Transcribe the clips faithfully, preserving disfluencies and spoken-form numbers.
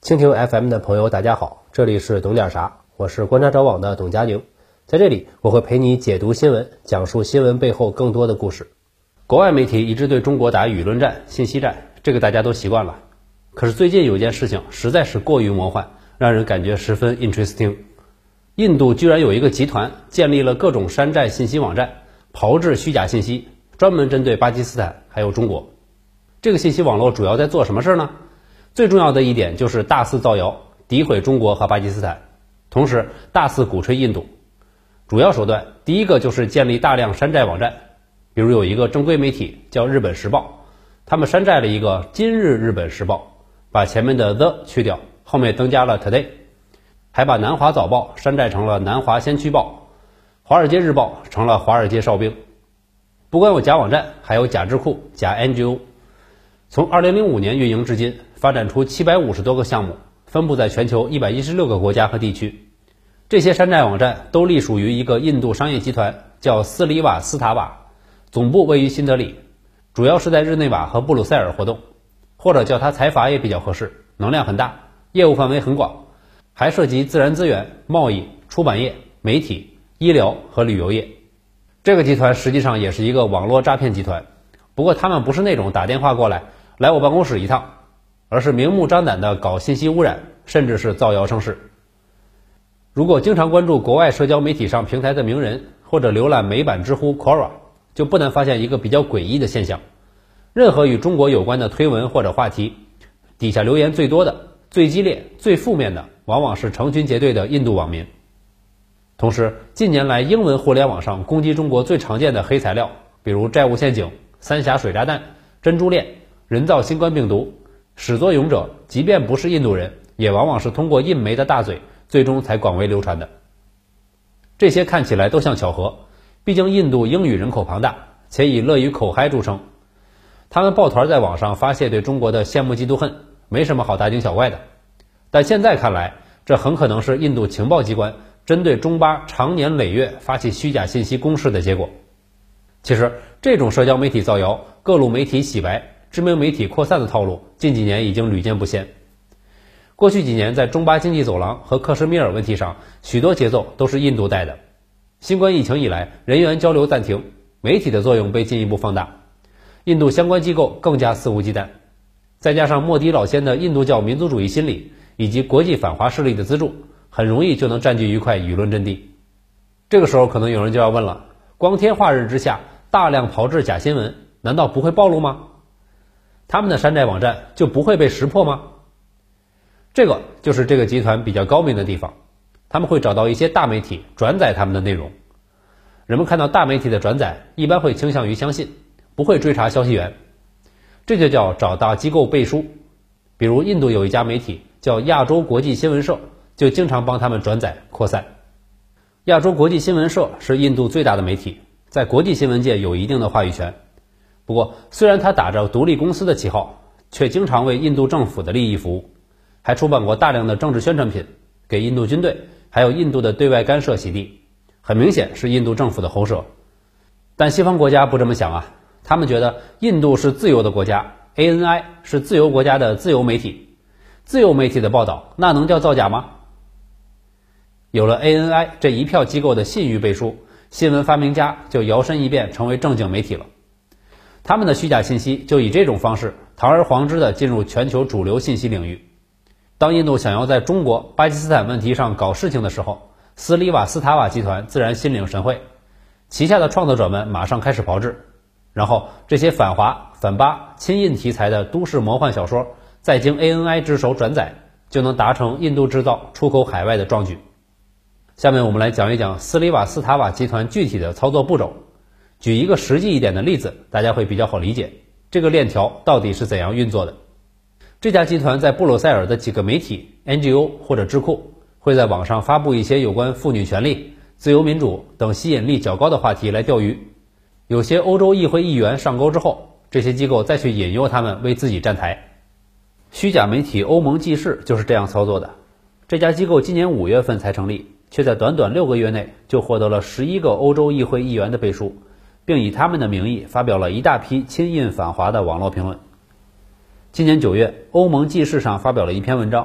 蜻蜓 F M 的朋友大家好，这里是懂点啥，我是观察者网的董佳宁。在这里我会陪你解读新闻，讲述新闻背后更多的故事。国外媒体一直对中国打舆论战、信息战，这个大家都习惯了。可是最近有件事情实在是过于魔幻，让人感觉十分 interesting。 印度居然有一个集团建立了各种山寨信息网站，炮制虚假信息，专门针对巴基斯坦还有中国。这个信息网络主要在做什么事呢？最重要的一点就是大肆造谣，诋毁中国和巴基斯坦，同时大肆鼓吹印度。主要手段第一个就是建立大量山寨网站，比如有一个正规媒体叫日本时报，他们山寨了一个今日日本时报，把前面的 the 去掉，后面增加了 today， 还把南华早报山寨成了南华先驱报，华尔街日报成了华尔街哨兵。不光有假网站，还有假智库、假 N G O。 从二零零五年运营至今，发展出七百五十多个项目，分布在全球一百一十六个国家和地区。这些山寨网站都隶属于一个印度商业集团，叫斯里瓦斯塔瓦，总部位于新德里，主要是在日内瓦和布鲁塞尔活动，或者叫它财阀也比较合适，能量很大，业务范围很广，还涉及自然资源、贸易、出版业、媒体、医疗和旅游业。这个集团实际上也是一个网络诈骗集团，不过他们不是那种打电话过来来我办公室一趟，而是明目张胆的搞信息污染，甚至是造谣生事。如果经常关注国外社交媒体上平台的名人，或者浏览美版知乎 Quora， 就不难发现一个比较诡异的现象：任何与中国有关的推文或者话题，底下留言最多的、最激烈、最负面的，往往是成群结队的印度网民。同时，近年来英文互联网上攻击中国最常见的黑材料，比如债务陷阱、三峡水炸弹、珍珠链、人造新冠病毒，始作俑者即便不是印度人，也往往是通过印媒的大嘴最终才广为流传的。这些看起来都像巧合，毕竟印度英语人口庞大，且以乐于口嗨著称。他们抱团在网上发泄对中国的羡慕嫉妒恨，没什么好大惊小怪的。但现在看来，这很可能是印度情报机关针对中巴长年累月发起虚假信息攻势的结果。其实这种社交媒体造谣、各路媒体洗白、知名媒体扩散的套路，近几年已经屡见不鲜。过去几年在中巴经济走廊和克什米尔问题上，许多节奏都是印度带的。新冠疫情以来，人员交流暂停，媒体的作用被进一步放大，印度相关机构更加肆无忌惮。再加上莫迪老先的印度教民族主义心理以及国际反华势力的资助，很容易就能占据一块舆论阵地。这个时候可能有人就要问了，光天化日之下大量炮制假新闻，难道不会暴露吗？他们的山寨网站就不会被识破吗？这个就是这个集团比较高明的地方，他们会找到一些大媒体转载他们的内容。人们看到大媒体的转载，一般会倾向于相信，不会追查消息源，这就叫找大机构背书。比如印度有一家媒体叫亚洲国际新闻社，就经常帮他们转载扩散。亚洲国际新闻社是印度最大的媒体，在国际新闻界有一定的话语权。不过虽然它打着独立公司的旗号，却经常为印度政府的利益服务，还出版过大量的政治宣传品，给印度军队还有印度的对外干涉洗地，很明显是印度政府的喉舌。但西方国家不这么想啊，他们觉得印度是自由的国家， A N I 是自由国家的自由媒体，自由媒体的报道那能叫造假吗？有了 A N I 这一票机构的信誉背书，新闻发明家就摇身一变成为正经媒体了。他们的虚假信息就以这种方式堂而皇之地进入全球主流信息领域。当印度想要在中国、巴基斯坦问题上搞事情的时候，斯里瓦斯塔瓦集团自然心领神会，旗下的创作者们马上开始炮制，然后这些反华、反巴、亲印题材的都市魔幻小说，再经 A N I 之手转载，就能达成印度制造出口海外的壮举。下面我们来讲一讲斯里瓦斯塔瓦集团具体的操作步骤。举一个实际一点的例子，大家会比较好理解这个链条到底是怎样运作的。这家集团在布鲁塞尔的几个媒体、N G O 或者智库会在网上发布一些有关妇女权利、自由民主等吸引力较高的话题来钓鱼。有些欧洲议会议员上钩之后，这些机构再去引诱他们为自己站台。虚假媒体欧盟纪事就是这样操作的。这家机构今年五月份才成立，却在短短六个月内就获得了十一个欧洲议会议员的背书，并以他们的名义发表了一大批亲印反华的网络评论。今年九月，欧盟纪事上发表了一篇文章，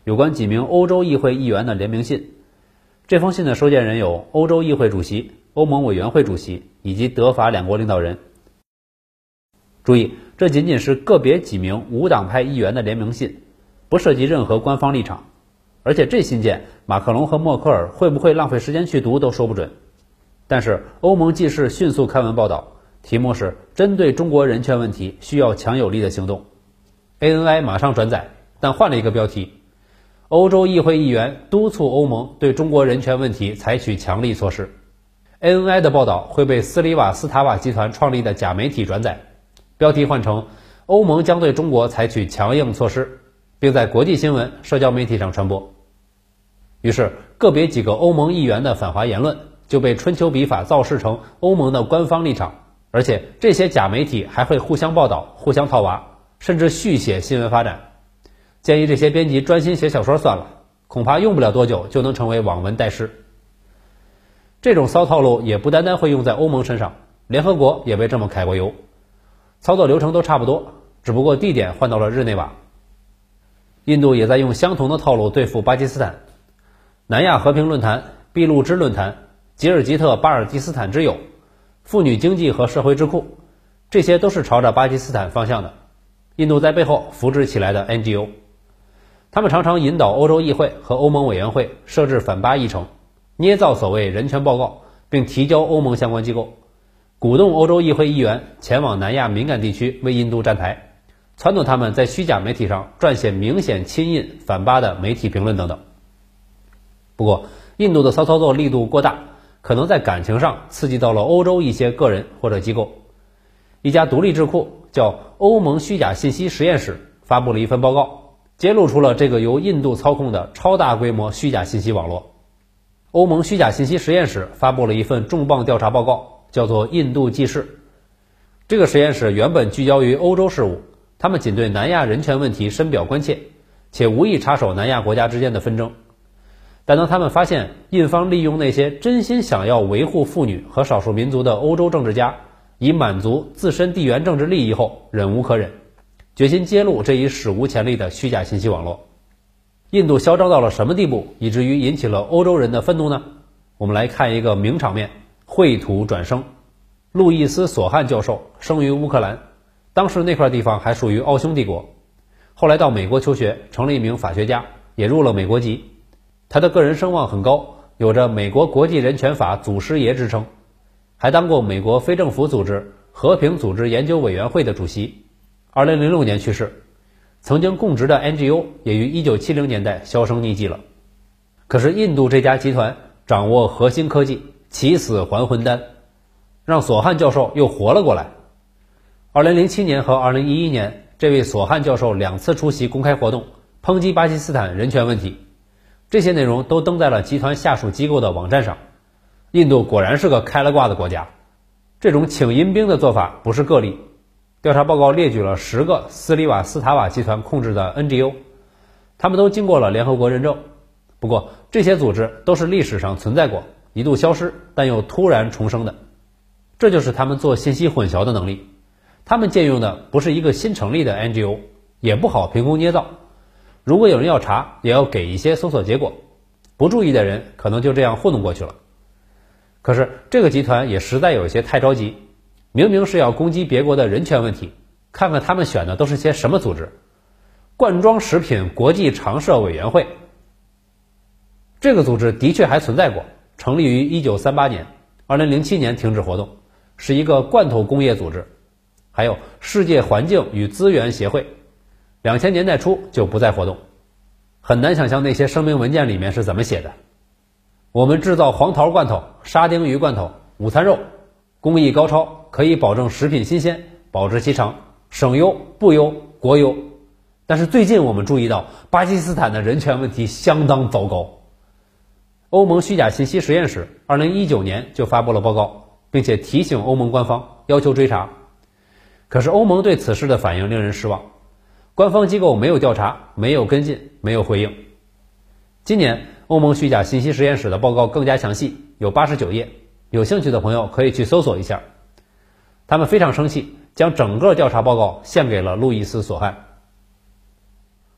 有关几名欧洲议会议员的联名信。这封信的收件人有欧洲议会主席、欧盟委员会主席以及德法两国领导人。注意，这仅仅是个别几名无党派议员的联名信，不涉及任何官方立场。而且这信件，马克龙和默克尔会不会浪费时间去读都说不准。但是欧盟记事迅速刊文报道，题目是针对中国人权问题需要强有力的行动。A N I 马上转载，但换了一个标题：欧洲议会议员督促欧盟对中国人权问题采取强力措施。A N I 的报道会被斯里瓦斯塔瓦集团创立的假媒体转载，标题换成欧盟将对中国采取强硬措施，并在国际新闻、社交媒体上传播。于是个别几个欧盟议员的反华言论就被春秋笔法造势成欧盟的官方立场，而且这些假媒体还会互相报道、互相套娃，甚至续写新闻发展。建议这些编辑专心写小说算了，恐怕用不了多久就能成为网文代师。这种骚套路也不单单会用在欧盟身上，联合国也被这么揩过油，操作流程都差不多，只不过地点换到了日内瓦。印度也在用相同的套路对付巴基斯坦。南亚和平论坛、俾路支论坛、吉尔吉特巴尔基斯坦之友、妇女经济和社会智库，这些都是朝着巴基斯坦方向的，印度在背后扶植起来的 N G O。 他们常常引导欧洲议会和欧盟委员会设置反巴议程，捏造所谓人权报告，并提交欧盟相关机构，鼓动欧洲议会议员前往南亚敏感地区为印度站台，撺掇他们在虚假媒体上撰写明显亲印反巴的媒体评论等等。不过印度的骚操作力度过大，可能在感情上刺激到了欧洲一些个人或者机构。一家独立智库叫欧盟虚假信息实验室发布了一份报告，揭露出了这个由印度操控的超大规模虚假信息网络。欧盟虚假信息实验室发布了一份重磅调查报告，叫做印度纪事。这个实验室原本聚焦于欧洲事务，他们仅对南亚人权问题深表关切，且无意插手南亚国家之间的纷争。但当他们发现印方利用那些真心想要维护妇女和少数民族的欧洲政治家，以满足自身地缘政治利益后，忍无可忍，决心揭露这一史无前例的虚假信息网络。印度嚣张到了什么地步，以至于引起了欧洲人的愤怒呢？我们来看一个名场面：绘土转生。路易斯·索汉教授生于乌克兰，当时那块地方还属于奥匈帝国，后来到美国求学，成了一名法学家，也入了美国籍。他的个人声望很高，有着美国国际人权法祖师爷之称，还当过美国非政府组织和平组织研究委员会的主席。二零零六年去世。曾经供职的 N G O 也于一九七零年代销声匿迹了。可是印度这家集团掌握核心科技，起死还魂丹，让索汉教授又活了过来。二零零七年和二零一一年，这位索汉教授两次出席公开活动，抨击巴基斯坦人权问题，这些内容都登在了集团下属机构的网站上。印度果然是个开了挂的国家，这种请阴兵的做法不是个例。调查报告列举了十个斯里瓦斯塔瓦集团控制的 N G O， 他们都经过了联合国认证。不过这些组织都是历史上存在过，一度消失，但又突然重生的。这就是他们做信息混淆的能力。他们借用的不是一个新成立的 N G O， 也不好凭空捏造。如果有人要查，也要给一些搜索结果，不注意的人可能就这样糊弄过去了。可是这个集团也实在有些太着急，明明是要攻击别国的人权问题，看看他们选的都是些什么组织。罐装食品国际常设委员会，这个组织的确还存在过，成立于一九三八年，二零零七年停止活动，是一个罐头工业组织。还有世界环境与资源协会，两千年代初就不再活动。很难想象那些声明文件里面是怎么写的。我们制造黄桃罐头、沙丁鱼罐头、午餐肉，工艺高超，可以保证食品新鲜，保质期长，省油、不油、国油。但是最近我们注意到巴基斯坦的人权问题相当糟糕。欧盟虚假信息实验室二零一九年就发布了报告，并且提醒欧盟官方要求追查。可是欧盟对此事的反应令人失望，官方机构没有调查，没有跟进，没有回应。今年欧盟虚假信息实验室的报告更加详细，有八十九页，有兴趣的朋友可以去搜索一下。他们非常生气，将整个调查报告献给了路易斯·索汉。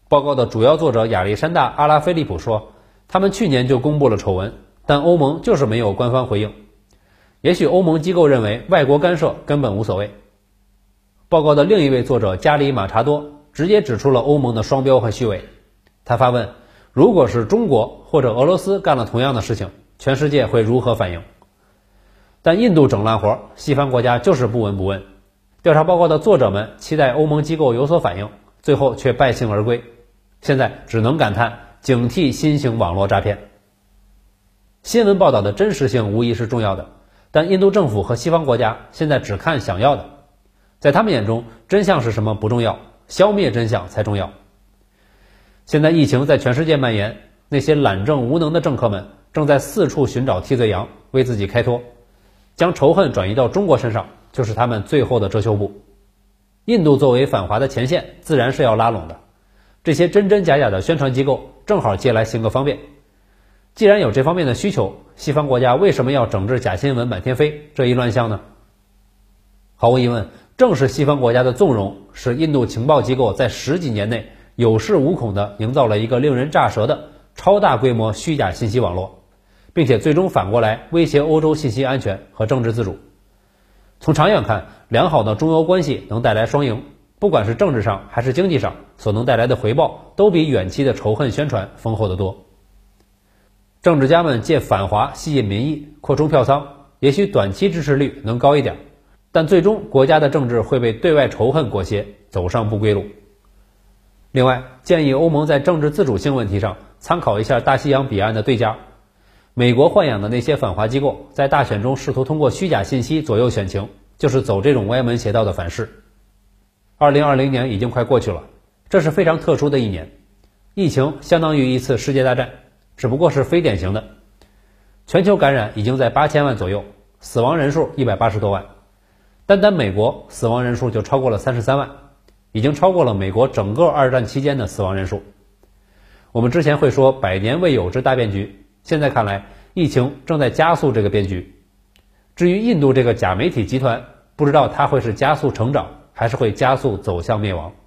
报告的主要作者亚历山大·阿拉菲利普说，他们去年就公布了丑闻，但欧盟就是没有官方回应。也许欧盟机构认为外国干涉根本无所谓。报告的另一位作者加里·马查多直接指出了欧盟的双标和虚伪。他发问，如果是中国或者俄罗斯干了同样的事情，全世界会如何反应？但印度整烂活，西方国家就是不闻不问。调查报告的作者们期待欧盟机构有所反应，最后却败兴而归。现在只能感叹警惕新型网络诈骗。新闻报道的真实性无疑是重要的，但印度政府和西方国家现在只看想要的，在他们眼中，真相是什么不重要，消灭真相才重要。现在疫情在全世界蔓延，那些懒政无能的政客们正在四处寻找替罪羊，为自己开脱，将仇恨转移到中国身上，就是他们最后的遮羞布。印度作为反华的前线，自然是要拉拢的。这些真真假假的宣传机构正好借来行个方便。既然有这方面的需求，西方国家为什么要整治假新闻满天飞这一乱象呢？毫无疑问，正是西方国家的纵容，使印度情报机构在十几年内有恃无恐地营造了一个令人咋舌的超大规模虚假信息网络，并且最终反过来威胁欧洲信息安全和政治自主。从长远看，良好的中欧关系能带来双赢，不管是政治上还是经济上，所能带来的回报都比远期的仇恨宣传丰厚得多。政治家们借反华吸引民意，扩充票仓，也许短期支持率能高一点，但最终国家的政治会被对外仇恨裹挟，走上不归路。另外，建议欧盟在政治自主性问题上参考一下大西洋彼岸的对家。美国豢养的那些反华机构在大选中试图通过虚假信息左右选情，就是走这种歪门邪道的反式。二零二零年已经快过去了，这是非常特殊的一年，疫情相当于一次世界大战，只不过是非典型的。全球感染已经在八千万左右，死亡人数一百八十多万，单单美国死亡人数就超过了三十三万，已经超过了美国整个二战期间的死亡人数。我们之前会说百年未有之大变局，现在看来，疫情正在加速这个变局。至于印度这个假媒体集团，不知道它会是加速成长，还是会加速走向灭亡。